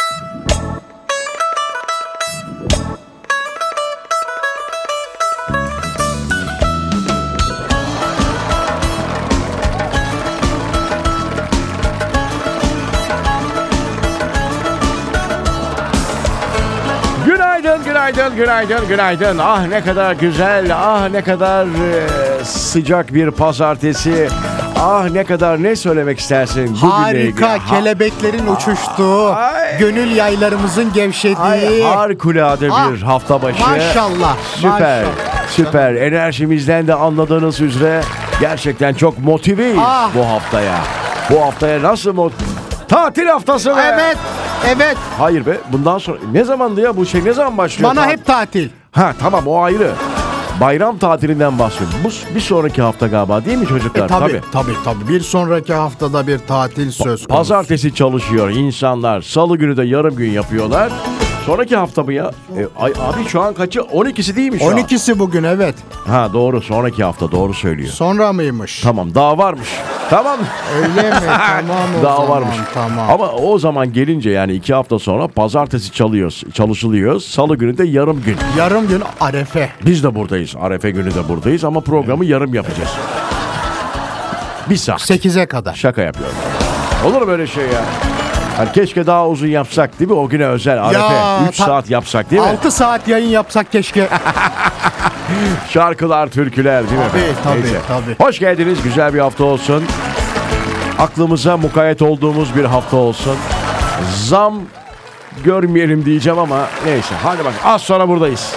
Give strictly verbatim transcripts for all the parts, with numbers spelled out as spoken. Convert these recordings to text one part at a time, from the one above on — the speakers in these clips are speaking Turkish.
Günaydın, günaydın, günaydın. Ah ne kadar güzel, ah ne kadar e, sıcak bir pazartesi. Ah ne kadar, ne söylemek istersin? Harika, ha- kelebeklerin uçuştuğu, ay, gönül yaylarımızın gevşediği. Ay, harikulade ah, bir hafta başı. Maşallah. Süper, maşallah. süper. Enerjimizden de anladığınız üzere gerçekten çok motiveyiz ah. bu haftaya. Bu haftaya nasıl motive? Tatil haftası be. Evet. Evet. Hayır be, bundan sonra ne zamandı ya bu şey, ne zaman başlıyor? Bana hep tatil. Ha tamam, o ayrı. Bayram tatilinden bahsediyorum. Bu bir sonraki hafta galiba, değil mi çocuklar? E, tabii, tabii tabii tabii. Bir sonraki haftada bir tatil söz konusu. Pazartesi çalışıyor insanlar. Salı günü de yarım gün yapıyorlar. Sonraki hafta mı ya? E, ay, abi şu an kaçı? on ikisi değil mi şu on ikisi an? Bugün evet. Ha doğru, sonraki hafta, doğru söylüyor. Sonra mıymış? Tamam, daha varmış. Tamam. Öyle mi? Tamam o daha zaman. varmış. Tamam. Ama o zaman gelince yani iki hafta sonra pazartesi çalıyoruz, çalışılıyor. Salı günü de yarım gün. Yarım gün Arefe. Biz de buradayız. Arefe günü de buradayız ama programı evet. yarım yapacağız. Bir saat. sekize kadar. Şaka yapıyorum. Olur mu böyle şey ya? Yani keşke daha uzun yapsak değil mi? O güne özel Arefe. üç ta- saat yapsak değil mi? altı saat yayın yapsak keşke. Şarkılar, türküler değil mi? Tabii efendim? tabii, Neyse. tabii. Hoş geldiniz. Güzel bir hafta olsun. Aklımıza mukayyet olduğumuz bir hafta olsun. Zam görmeyelim diyeceğim ama neyse. Hadi bak, az sonra buradayız.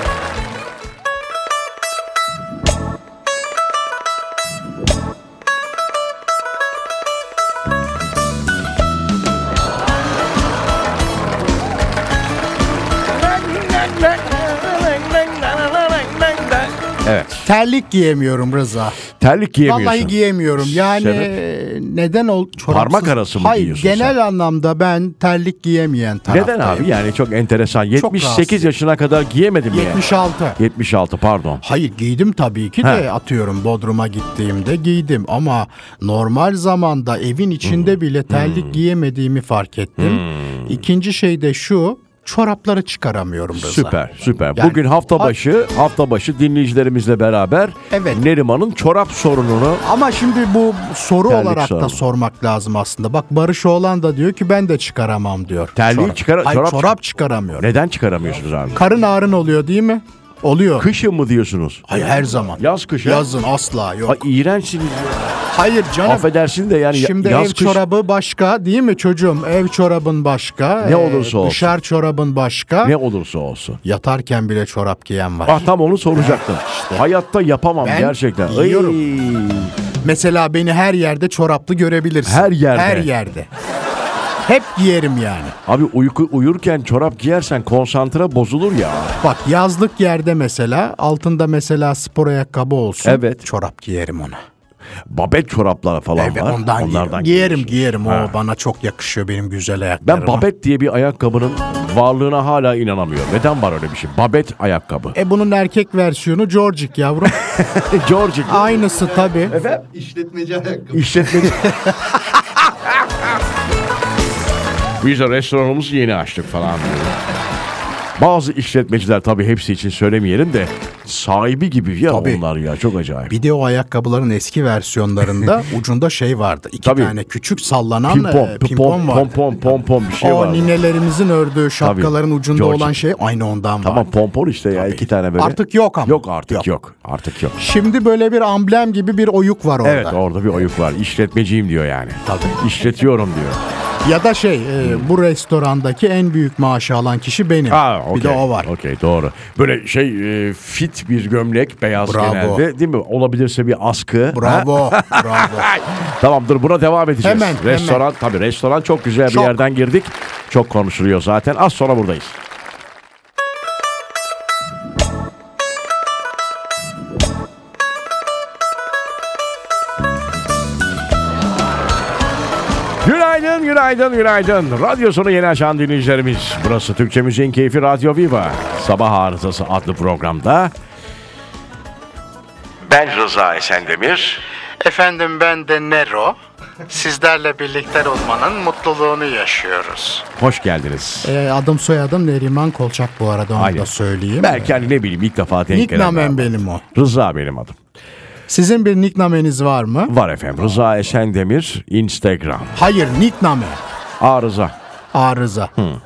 Evet. Terlik giyemiyorum Rıza. Terlik giyemiyorsun. Vallahi giyemiyorum. Yani Sebep? neden ol? Çorapsız. Parmak arası mı Hayır, giyiyorsun genel sen? anlamda ben terlik giyemeyen taraftayım. Neden abi? Yani çok enteresan. yetmiş sekiz yaşına kadar giyemedim mi? yetmiş altı. yetmiş altı pardon. Hayır, giydim tabii ki de. He. Atıyorum Bodrum'a gittiğimde giydim ama normal zamanda evin içinde hmm. bile terlik hmm. giyemediğimi fark ettim. Hmm. İkinci şey de şu. Çorapları çıkaramıyorum Rıza. Süper, süper. Yani, bugün hafta başı, hafta başı dinleyicilerimizle beraber evet. Neriman'ın çorap sorununu. Ama şimdi bu soru olarak sorunu. da sormak lazım aslında. Bak Barış Oğlan da diyor ki ben de çıkaramam diyor. Terliği çıkar, Hayır, çorap, çorap çıkaramıyorum. Neden çıkaramıyorsunuz abi? Karın ağrın oluyor değil mi? Oluyor. Kışın mı diyorsunuz? Hayır, her zaman. Yaz kışın. Yazın asla yok. Ay, iğrençsiniz ya. Hayır canım. Affedersin de yani şimdi yaz ev kış... çorabı başka değil mi çocuğum? Ev çorabın başka. Ne olursa olsun. Dışarı çorabın başka. Ne olursa olsun. Yatarken bile çorap giyen var. Ah tam onu soracaktım. işte. Hayatta yapamam ben gerçekten. Giyiyorum. Mesela beni her yerde çoraplı görebilirsin. Her yerde. Her yerde. Hep giyerim yani. Abi uyku, uyurken çorap giyersen konsantre bozulur ya. Bak yazlık yerde mesela altında mesela spor ayakkabı olsun. Evet. Çorap giyerim ona. Babet çorapları falan evet, var. Ondan Onlardan giyerim giyerim. Ha. O bana çok yakışıyor, benim güzel ayaklarıma. Ben babet diye bir ayakkabının varlığına hala inanamıyorum. Neden var öyle bir şey? Babet ayakkabı. E bunun erkek versiyonu Georgic yavrum. Georgic. Aynısı tabii. Efendim? İşletmeci ayakkabı. İşletmeci. Biz de restoranımızı yeni açtık falan diyor. Bazı işletmeciler, tabii hepsi için söylemeyelim de, sahibi gibi ya tabii. Onlar ya, çok acayip. Bir de o ayakkabıların eski versiyonlarında ucunda şey vardı. İki tabii. tane küçük sallanan pimpon, e, pimpon vardı. Pompon, pompon bir şey o vardı. O ninelerimizin ördüğü şapkaların tabii. ucunda George. olan şey aynı ondan var. Tamam, pompon işte ya, tabii. iki tane böyle. Artık yok ama. Yok artık yok. yok. Artık yok. Şimdi böyle bir amblem gibi bir oyuk var orada. Evet, orada bir oyuk var. İşletmeciyim diyor yani. Tabii. İşletiyorum diyor. Ya da şey e, bu restorandaki en büyük maaşı alan kişi benim. Ha, okay. Bir de o var. Okey, doğru. Böyle şey e, fit bir gömlek, beyaz bravo. genelde değil mi? Olabilirse bir askı. Bravo. Bravo. Tamamdır, buna devam edeceğiz. Hemen. Restoran hemen. Tabii restoran çok güzel bir çok. yerden girdik. Çok konuşuluyor zaten. Az sonra buradayız. Günaydın, günaydın, günaydın. Radyosunu yeni açan dinleyicilerimiz. Burası Türkçe Müziğin Keyfi Radyo Viva. Sabah Arızası adlı programda ben Rıza Esendemir. Efendim ben de Nero. Sizlerle birlikte olmanın mutluluğunu yaşıyoruz. Hoş geldiniz. Ee, adım soyadım Neriman Kolçak bu arada, onu Aynen. da söyleyeyim. Belki hani ne bileyim ilk defa denk Nickname'm benim o. Rıza benim adım. Sizin bir nickname'niz var mı? Var efendim. Rıza Esendemir Instagram. Hayır, nickname. Arıza. Arıza.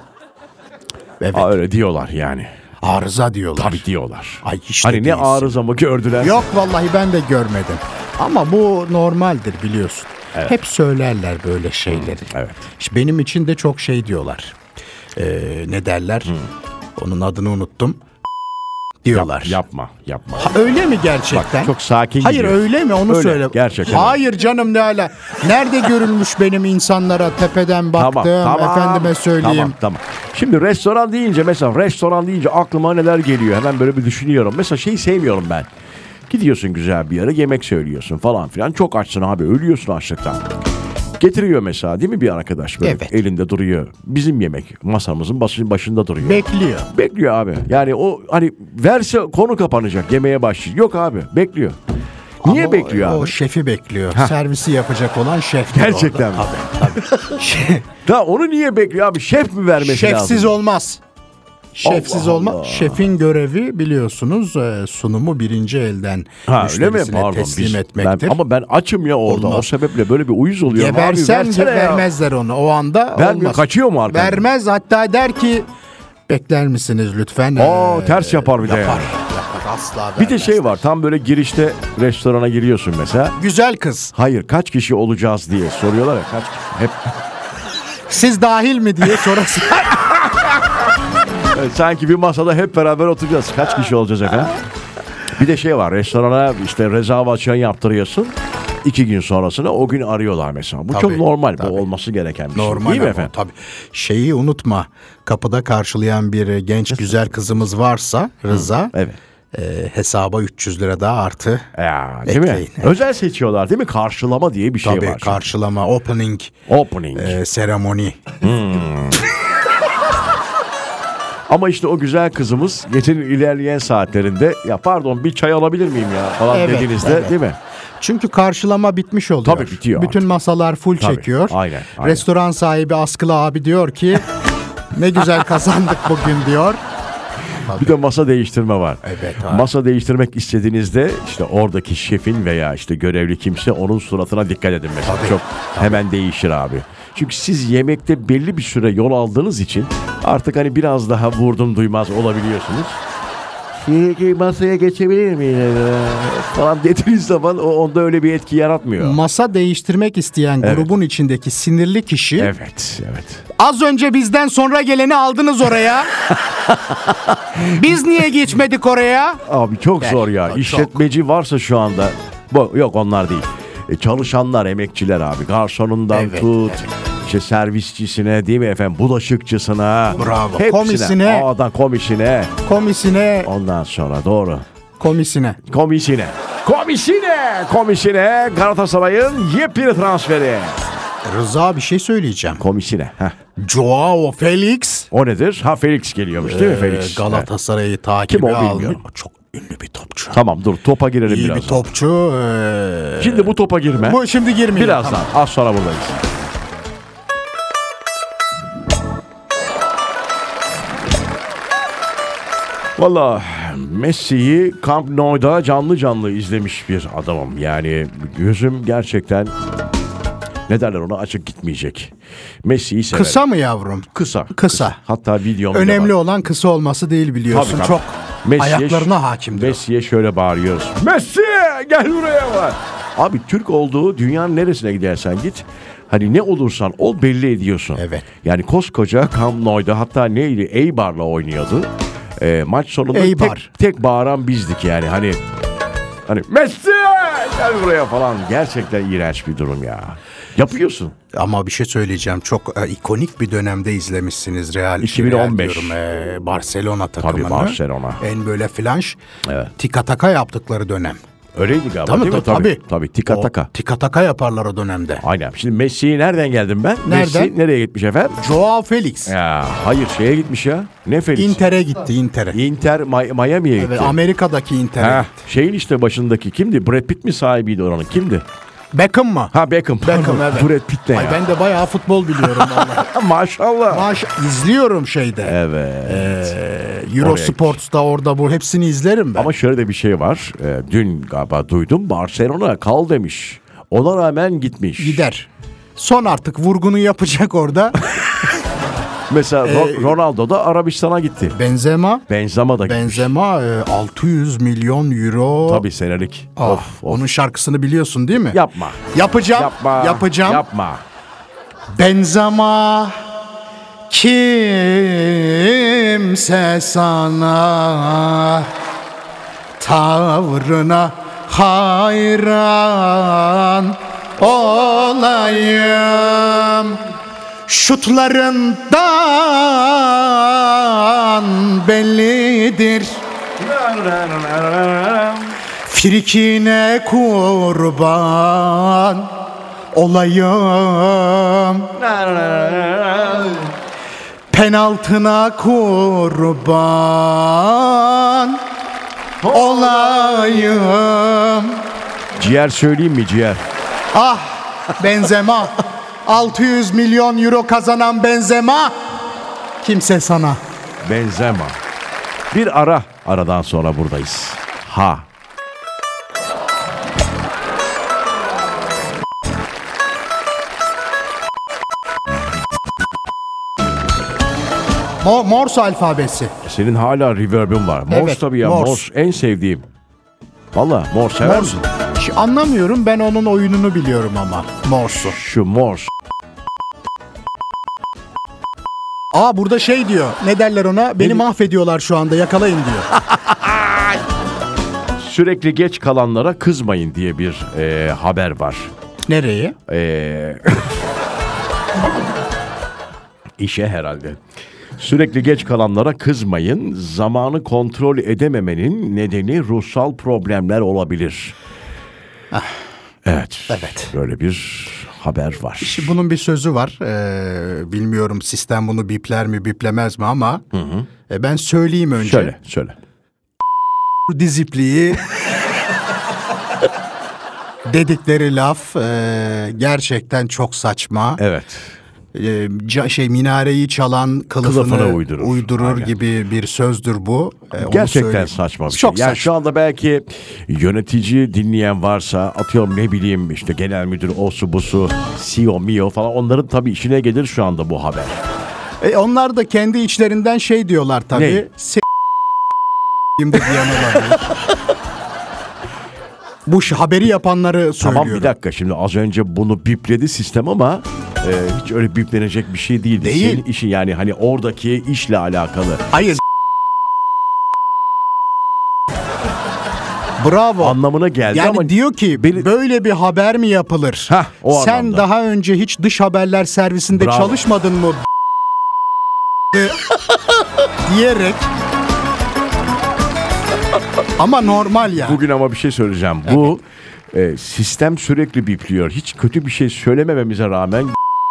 Evet. Aa, öyle diyorlar yani. Arıza diyorlar. Tabii diyorlar. Ay işte hani ne değilsin. arıza mı gördüler? Yok vallahi ben de görmedim. Ama bu normaldir biliyorsun. Evet. Hep söylerler böyle şeyleri. Evet. İşte benim için de çok şey diyorlar. Ee, ne derler? Onun adını unuttum. Diyorlar. Yap, yapma, yapma. Ha, öyle mi gerçekten? Bak, çok sakin Hayır gidiyor. öyle mi? Onu Öyle, söyle. gerçekten Hayır canım, ne ala. Nerede görülmüş benim insanlara tepeden baktım, efendime söyleyeyim. Tamam, tamam. Şimdi restoran deyince mesela restoran deyince aklıma neler geliyor? Hemen böyle bir düşünüyorum. Mesela şeyi sevmiyorum ben. Gidiyorsun güzel bir yere, yemek söylüyorsun falan filan. Çok açsın abi, ölüyorsun açlıktan. Getiriyor mesela değil mi bir arkadaş böyle Evet. elinde duruyor. Bizim yemek masamızın başı- başında duruyor. Bekliyor. Bekliyor abi. Yani o hani verse konu kapanacak, yemeğe başlıyor. Yok abi, bekliyor. Niye Ama bekliyor o, abi? O şefi bekliyor. Servisi yapacak olan şef. Gerçekten mi? Tabii tabii. Şef- Da onu niye bekliyor abi? Şef mi vermesi lazım? Şefsiz olmaz. Şefsiz Allah olmaz. Allah. Şefin görevi biliyorsunuz e, sunumu birinci elden Ha öyle mi? müşterisine Pardon. teslim Biz, etmektir. ben, ama ben açım ya orada. Olmaz. O sebeple böyle bir uyuz oluyorum. Gebersen abi, versene ya. vermezler onu. O anda Vermiyor, olmaz. kaçıyor mu arkadan? Vermez, hatta der ki bekler misiniz lütfen? Aa, Ee, ters yapar bir de yapar, yani. Yapar, asla vermez. Bir de şey var, tam böyle girişte restorana giriyorsun mesela. Güzel kız. Hayır, kaç kişi olacağız diye soruyorlar ya. Kaç hep Siz dahil mi diye sorası. evet, sanki bir masada hep beraber oturacağız. Kaç kişi olacağız efendim? Bir de şey var, restorana işte rezervasyon yaptırıyorsun. İki gün sonrasına o gün arıyorlar mesela. Bu Tabii, çok normal. tabii. Bu olması gereken bir şey. Normal Değil mi ama efendim? tabii. Şeyi unutma. Kapıda karşılayan bir genç güzel kızımız varsa Rıza, Evet. e, hesaba üç yüz lira daha artı. Ya, değil mi? Ekleyin. Özel seçiyorlar değil mi? Karşılama diye bir şey Tabii var. karşılama, opening, Opening. e, seremoni. Ama işte o güzel kızımız gecenin ilerleyen saatlerinde ya pardon bir çay alabilir miyim ya falan Evet, dediğinizde evet. değil mi? Çünkü karşılama bitmiş oluyor. Tabii, bitiyor Bütün artık. masalar full Tabii, çekiyor. aynen, aynen. Restoran sahibi askılı abi diyor ki ne güzel kazandık bugün diyor. Bir de masa değiştirme var. Evet, abi. Masa değiştirmek istediğinizde işte oradaki şefin veya işte görevli kimse onun suratına dikkat edin mesela. Tabii, Çok hemen değişir abi. Çünkü siz yemekte belli bir süre yol aldığınız için artık hani biraz daha vurdum duymaz olabiliyorsunuz. Şey, masaya geçebilir miyim falan dediğiniz zaman o onda öyle bir etki yaratmıyor. Masa değiştirmek isteyen Evet. grubun içindeki sinirli kişi Evet, evet. az önce bizden sonra geleni aldınız oraya. Biz niye geçmedik oraya? Abi çok zor ya. çok. İşletmeci varsa şu anda. Bu, yok onlar değil. E, çalışanlar, emekçiler abi. Garsonundan Evet, tut. evet. İşte servisçisine değil mi efendim? Bulaşıkçısına. Bravo. Hepsine. Komisine. A'dan komisine. Komisine, Ondan sonra doğru. komisine. Komisine. Komisine. Komisine. Galatasaray'ın yepyeni transferi. Rıza, bir şey söyleyeceğim. Komisine. Heh. Joao Felix O nedir? Ha Felix geliyormuş değil mi e, Felix? Evet. Galatasaray'ı Kim takibe o almış. bilmiyorum. Çok ünlü bir topçu. Tamam dur topa girelim İyi birazdan. bir topçu. e, Şimdi bu topa girme. Bu şimdi girmeyelim. Birazdan. Tamam. Az sonra buradayız. Valla Messi'yi Camp Nou'da canlı canlı izlemiş bir adamım. Yani gözüm gerçekten ne derler ona açık gitmeyecek. Messi'yi severim. Kısa mı yavrum? Kısa. Kısa. Hatta videom Önemli olan kısa olması değil biliyorsun. Tabii, tabii. Çok Messi'ye- ayaklarına hakimdir. Messi'ye şöyle bağırıyoruz. Messi gel buraya var. Abi Türk olduğu dünyanın neresine gidersen git. Hani ne olursan ol belli ediyorsun. Evet. Yani koskoca Camp Nou'da hatta neydi Eibar'la oynuyordu. Ee, maç sonunda Eibar. tek, tek bağıran bizdik yani. Hani hani Messi gel buraya falan. Gerçekten iğrenç bir durum ya. Yapıyorsun. Ama bir şey söyleyeceğim. Çok e, ikonik bir dönemde izlemişsiniz Real. iki bin on beş. Real diyorum, e, Barcelona takımını. Barcelona. En böyle flash. Evet. Tika taka yaptıkları dönem. Öyleydi galiba Tabii, değil mi? tabii, tabii. Tabii tika taka. O tika taka yaparlar o dönemde. Aynen. Şimdi Messi'yi nereden geldim ben? Nereden? Messi nereye gitmiş efendim? Joao Felix. Ya hayır şeye gitmiş ya. Ne Felix? Inter'e gitti, Inter'e. Inter Mi- Miami'ye gitti. Evet, Amerika'daki Inter'e Heh, gitti. şeyin işte başındaki kimdi? Brad Pitt mi sahibiydi oranın? Kimdi? Beckham mı? Ha Beckham. Beckham evet. Brad Pitt ne Ay ya? ben de bayağı futbol biliyorum vallahi. Maşallah. Maş izliyorum şeyde. Evet. Ee, Eurosports'ta orada bu hepsini izlerim ben. Ama şöyle de bir şey var. Ee, dün galiba duydum. Barcelona kal demiş. Ona rağmen gitmiş. Gider. Son artık vurgunu yapacak orada. Mesela Ro- Ee, Ronaldo da Arabistan'a gitti. Benzema. Benzema da gitmiş. Benzema e, altı yüz milyon euro. Tabii senelik. Ah, of, of. Onun şarkısını biliyorsun değil mi? Yapma. Yapacağım. Yapma. Yapacağım. Yapma. Benzema kimse sana tavrına hayran olayım. Şutlarından bellidir. Frikine kurban olayım. Penaltına kurban olayım. Ciğer söyleyeyim mi ciğer? Ah Benzema. altı yüz milyon euro kazanan Benzema. Kimse sana. Benzema. Bir ara. Aradan sonra buradayız. Ha. Mo- Morse alfabesi. Senin hala reverb'in var. Morse Evet, tabii ya. Morse. Morse en sevdiğim. Valla Morse sever Morse. misin? Şu- Anlamıyorum, ben onun oyununu biliyorum ama. Morse'u. Şu Morse. Aa burada şey diyor. Ne derler ona? Beni Ne- mahvediyorlar şu anda, yakalayın diyor. Sürekli geç kalanlara kızmayın diye bir e, haber var. Nereye? E, işe herhalde. Sürekli geç kalanlara kızmayın. Zamanı kontrol edememenin nedeni ruhsal problemler olabilir. Evet. Evet. Böyle bir haber var. Şimdi bunun bir sözü var. Ee, bilmiyorum sistem bunu bipler mi biplemez mi ama e, ben söyleyeyim önce. Söyle, söyle. Dizipliği dedikleri laf e, gerçekten çok saçma. Evet. E, ca- şey minareyi çalan kılıfını, Kılıfını uydurur. uydurur Aynen. gibi bir sözdür bu. E, onu Gerçekten söyleyeyim. saçma bir şey. Çok Yani saçma. şu anda belki yönetici dinleyen varsa, atıyorum ne bileyim işte genel müdür osu busu, C E O, M E O falan, onların tabii işine gelir şu anda bu haber. E, onlar da kendi içlerinden şey diyorlar Ne? tabii. Se- de diyen olabilir. Bu ş- haberi yapanları söylüyorum. Tamam bir dakika, şimdi az önce bunu bipledi sistem ama e, hiç öyle biplenecek bir şey değildi. Değil. Senin işin yani hani oradaki işle alakalı. Hayır. Bravo. Anlamına geldi Yani ama diyor ki beni- böyle bir haber mi yapılır? Hah, o Sen anlamda. daha önce hiç dış haberler servisinde Bravo. çalışmadın mı? diyerek. Ama normal yani. bugün ama bir şey söyleyeceğim. Bu e, sistem sürekli bipliyor. Hiç kötü bir şey söylemememize rağmen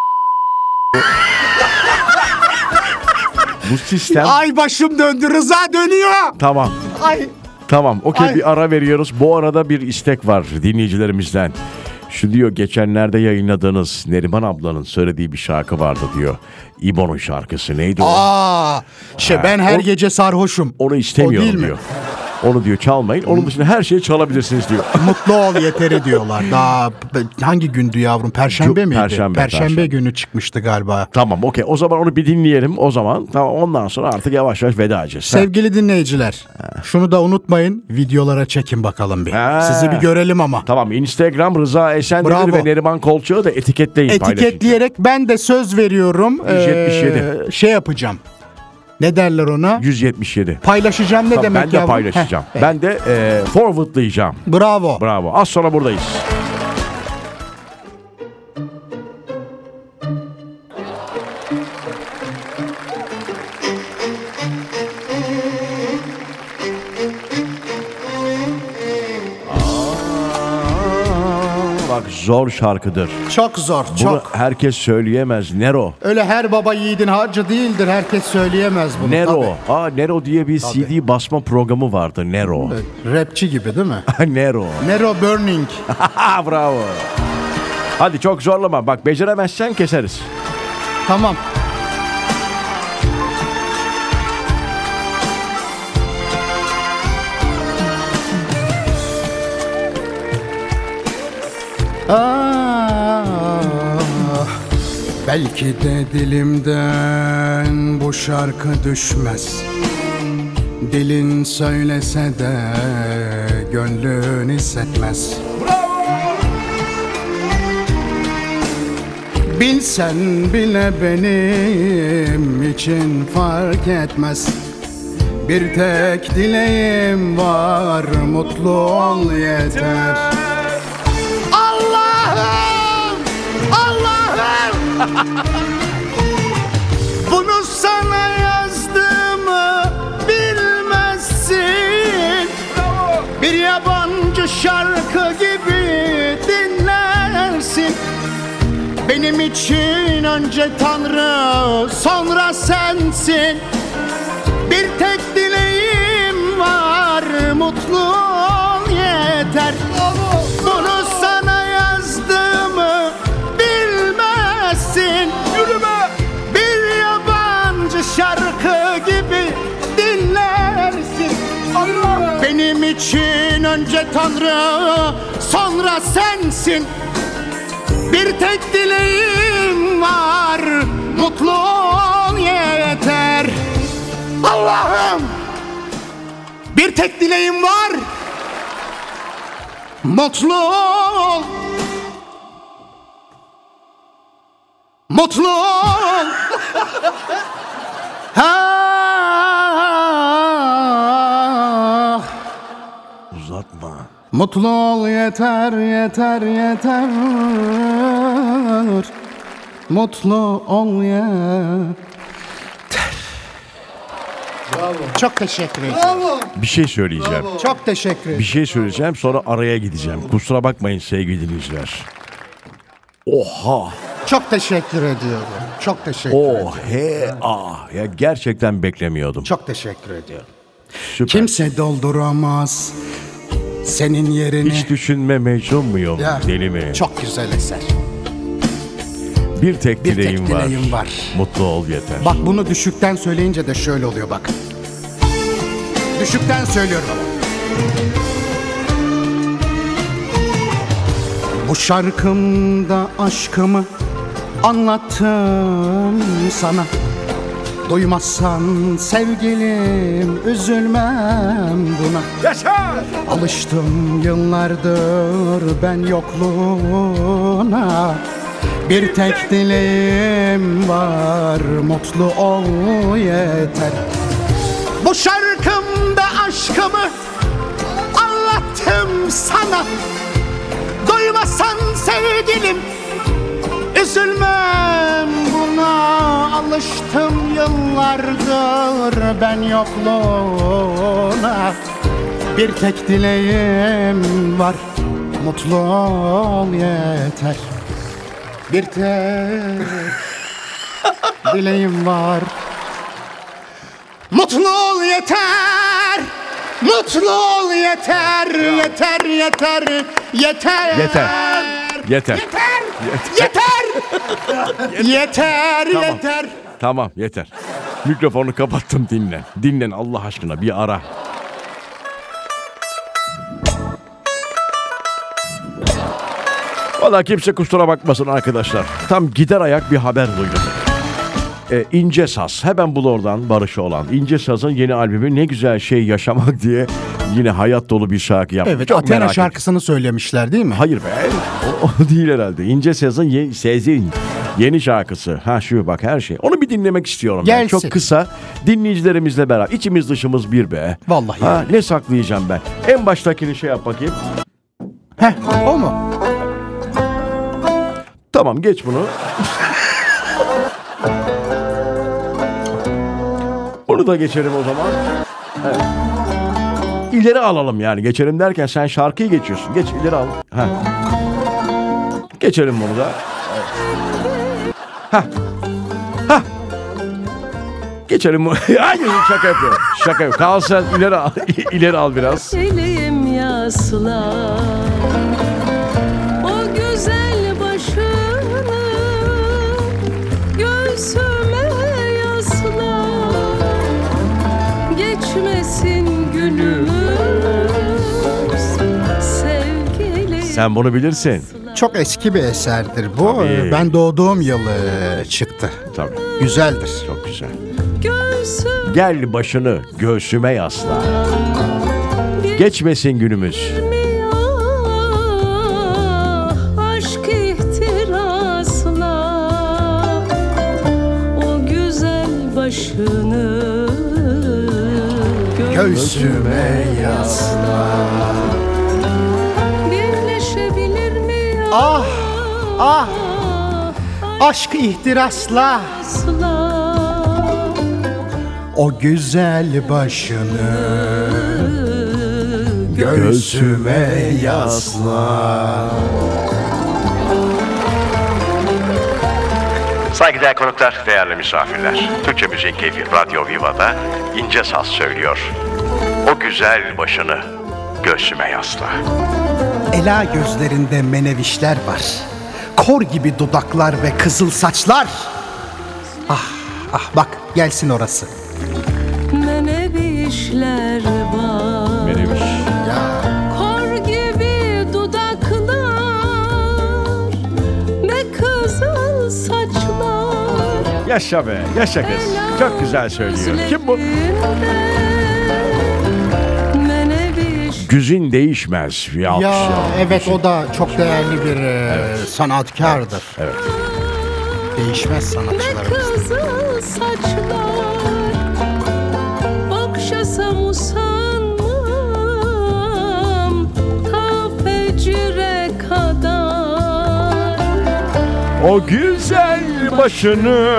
bu sistem Ay başım döndü, Rıza dönüyor. tamam. Ay. Tamam, okey, Ay. bir ara veriyoruz. Bu arada bir istek var dinleyicilerimizden. Şu diyor, geçenlerde yayınladığınız Neriman ablanın söylediği bir şarkı vardı diyor. İbo'nun şarkısı neydi o? Aa, şey ben her o- gece sarhoşum. Onu O istemiyorum değil mi? diyor. Onu diyor çalmayın. Onun dışında her şeyi çalabilirsiniz diyor. Mutlu ol yeteri diyorlar. Daha p- hangi gündü yavrum? Perşembe Cu- miydi? Perşembe, Perşembe. günü çıkmıştı galiba. Tamam, okey. O zaman onu bir dinleyelim. O zaman tamam, ondan sonra artık yavaş yavaş veda edeceğiz. Ha. Sevgili dinleyiciler, şunu da unutmayın. Videolara çekin bakalım bir. Ha. Sizi bir görelim ama. Tamam, Instagram Rıza Esendir Bravo. ve Neriman Kolçak'ı da etiketleyin. paylaşın. Etiketleyerek ben de söz veriyorum. yüz yetmiş yedi. eee, şey yapacağım. Ne derler ona? yüz yetmiş yedi. Paylaşacağım ne Tamam, demek ben de yavrum? paylaşacağım. Heh, Ben de e, forwardlayacağım. Bravo. Bravo. Az sonra buradayız. Aa, bak, zor şarkıdır. Çok zor, Bunu çok. herkes söyleyemez. Nero. Öyle her baba yiğidin harcı değildir. Herkes söyleyemez bunu. Nero. Tabii. Aa, Nero diye bir C D basma programı vardı. Nero. Evet, rapçi gibi değil mi? Nero. Nero Burning. Bravo. Hadi çok zorlama. Bak beceremezsen keseriz. Tamam. Ah, belki de dilimden bu şarkı düşmez. Dilin söylese de gönlün hissetmez. Bilsen bile benim için fark etmez. Bir tek dileğim var, mutlu ol yeter. Allah'ım, Allah'ım, bunu sana yazdığımı bilmezsin. Bir yabancı şarkı gibi dinlersin. Benim için önce Tanrı, sonra sensin. Bir tek dileğim var, mutlu ol yeter. Bunu sana yazdığımı bilmezsin. Yürüme. Bir yabancı şarkı gibi dinlersin. Allah. Benim için önce Tanrı, sonra sensin. Bir tek dileğim var, mutlu ol yeter. Allah'ım, bir tek dileğim var, mutlu ol, mutlu ol. Ah, uzatma. Mutlu ol yeter, yeter, yeter. Mutlu ol yeter. Bravo. Çok teşekkür ederim. Bravo. Bir şey söyleyeceğim. Bravo. Çok teşekkür ederim. Bir şey söyleyeceğim, sonra araya gideceğim. Kusura bakmayın sevgili dinleyiciler. Oha. Çok teşekkür ediyorum. Çok teşekkür Oh, ediyorum. he, ah. Ya gerçekten beklemiyordum. Çok teşekkür ediyorum. Süper. Kimse dolduramaz senin yerini. Hiç düşünme Mecnun muyum? Ya, Deli mi? çok güzel eser. Bir tek Bir dileğim, tek var. dileğim var. Mutlu ol yeter. Bak bunu düşükten söyleyince de şöyle oluyor bak. Düşükten söylüyorum ama. Bu şarkımda aşkımı anlattım sana. Duymazsan sevgilim üzülmem buna. Yaşa! Alıştım yıllardır ben yokluğuna. Bir tek dileğim var, mutlu ol yeter. Bu şarkımda aşkımı anlattım sana. Duymasan sevgilim üzülmem buna. Alıştım yıllardır ben yokluğuna. Bir tek dileğim var, mutlu ol yeter. Bir tek dileğim var, mutlu ol yeter. Mutlu ol yeter, yeter, yeter, yeter. Yeter. Yeter. Yeter. Yeter. Yeter, Tamam. yeter. Tamam yeter. Mikrofonu kapattım, dinlen. Dinlen Allah aşkına, bir ara. Valla kimse kusura bakmasın arkadaşlar. Tam gider ayak bir haber duydum. Ee, İnce Saz, hemen bul oradan Barış'ı olan. İnce Saz'ın yeni albümü Ne Güzel Şey Yaşamak diye yine hayat dolu bir şarkı yapmış. Evet, çok Athena merak şarkısını söylemişler değil mi? Hayır be, o, o değil herhalde. İnce Saz'ın ye, Sezin yeni şarkısı. Ha şu bak her şey. Onu bir dinlemek istiyorum ben. Gelsin. Çok kısa, dinleyicilerimizle beraber. İçimiz dışımız bir be. Vallahi. Ha, ne saklayacağım ben? En baştakini şey yap bakayım. Heh, o mu? Tamam, geç bunu. Bunu da geçelim o zaman. Evet. İleri alalım yani. Geçelim derken sen şarkıyı geçiyorsun. Geç ileri al. Ha. Geçelim bunu da. Evet. Ha. Ha. Geçelim bunu. Hayır, şaka yapıyorum. Şaka yapıyorum. Kal sen ileri al. İleri al biraz. Elim yasla, o güzel başı Sen bunu bilirsin. Çok eski bir eserdir bu. Tabii. Ben doğduğum yıl e, çıktı. Tabii. Güzeldir. Çok güzel. Gel başını göğsüme yasla. Geçmesin günümüz. Aşk ihtirasla o güzel başını Göğsüme yasla. birleşebilir mi? Ah, ah, aşk ihtirasla Asla o güzel başını göğsüme yasla. Saygıdeğer konuklar, değerli misafirler. Türkçe Müziğin Keyfi Radyo Viva'da ince saz söylüyor. O güzel başını göğsüme yasla. Ela gözlerinde menevişler var. Kor gibi dudaklar ve kızıl saçlar. Ah, ah bak gelsin orası. menevi işler var. Menevş. Kor gibi dudaklar ve kızıl saçlar. Yaşa be, yaşa kız. Çok güzel söylüyor. Kim bu? Güzin değişmez. Bir alkış Ya ya. evet o da çok değerli bir e, sanatkardır. Evet. Değişmez sanatçılarımız. Kızıl saçlar okşasam usanmam ta fecre kadar. O güzel başını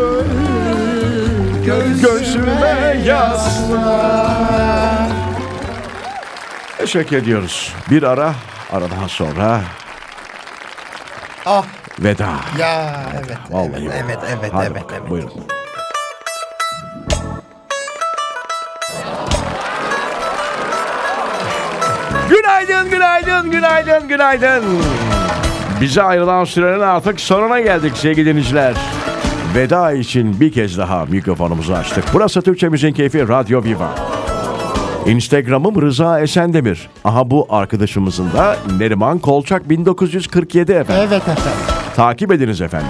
göğsüme yasla. Teşekkür ediyoruz. Bir ara, aradan sonra Ah veda. ya evet. Vallahi evet, vallahi. evet evet Hadi evet bakalım, evet. buyurun. Günaydın, günaydın, günaydın, günaydın. Bize ayrılan sürenin artık sonuna geldik sevgili dinleyiciler. Veda için bir kez daha mikrofonumuzu açtık. Burası Türkçe Müziğin Keyfi Radyo Viva. Instagram'ım Rıza Esendemir. Aha bu arkadaşımızın da Neriman Kolçak bin dokuz yüz kırk yedi efendim. Evet efendim. Takip ediniz efendim.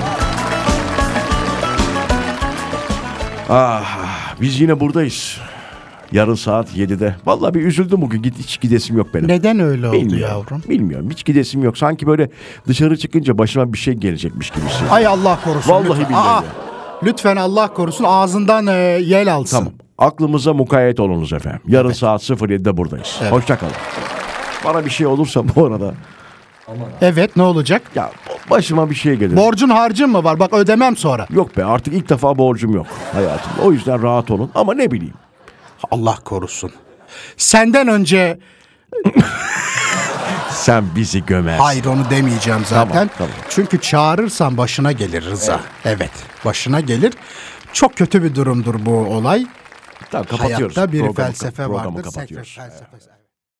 Ah, biz yine buradayız. Yarın saat yedide. Vallahi bir üzüldüm bugün. Git, hiç gidesim yok benim. Neden öyle oldu Bilmiyorum. yavrum? Bilmiyorum. Hiç gidesim yok. Sanki böyle dışarı çıkınca başıma bir şey gelecekmiş gibisi. Ay Allah korusun. Vallahi lütfen. billahi Aa, ya. lütfen Allah korusun ağzından e, yel alsın. Tamam. Aklımıza mukayyet olunuz efendim. Yarın saat sıfır yedide buradayız. Evet. Hoşça kalın. Bana bir şey olursa bu arada Evet ne olacak? ya başıma bir şey gelir. Borcun harcın mı var? Bak ödemem sonra. Yok be, artık ilk defa borcum yok hayatımda. O yüzden rahat olun. Ama ne bileyim. Allah korusun. Senden önce Sen bizi gömersin. hayır onu demeyeceğim zaten. Tamam, tamam. Çünkü çağırırsan başına gelir Rıza. Evet. başına gelir. Çok kötü bir durumdur bu olay. Tamam, kapatıyoruz. Hayatta bir Programı- felsefe programı vardır. kapatıyoruz. Felsefe-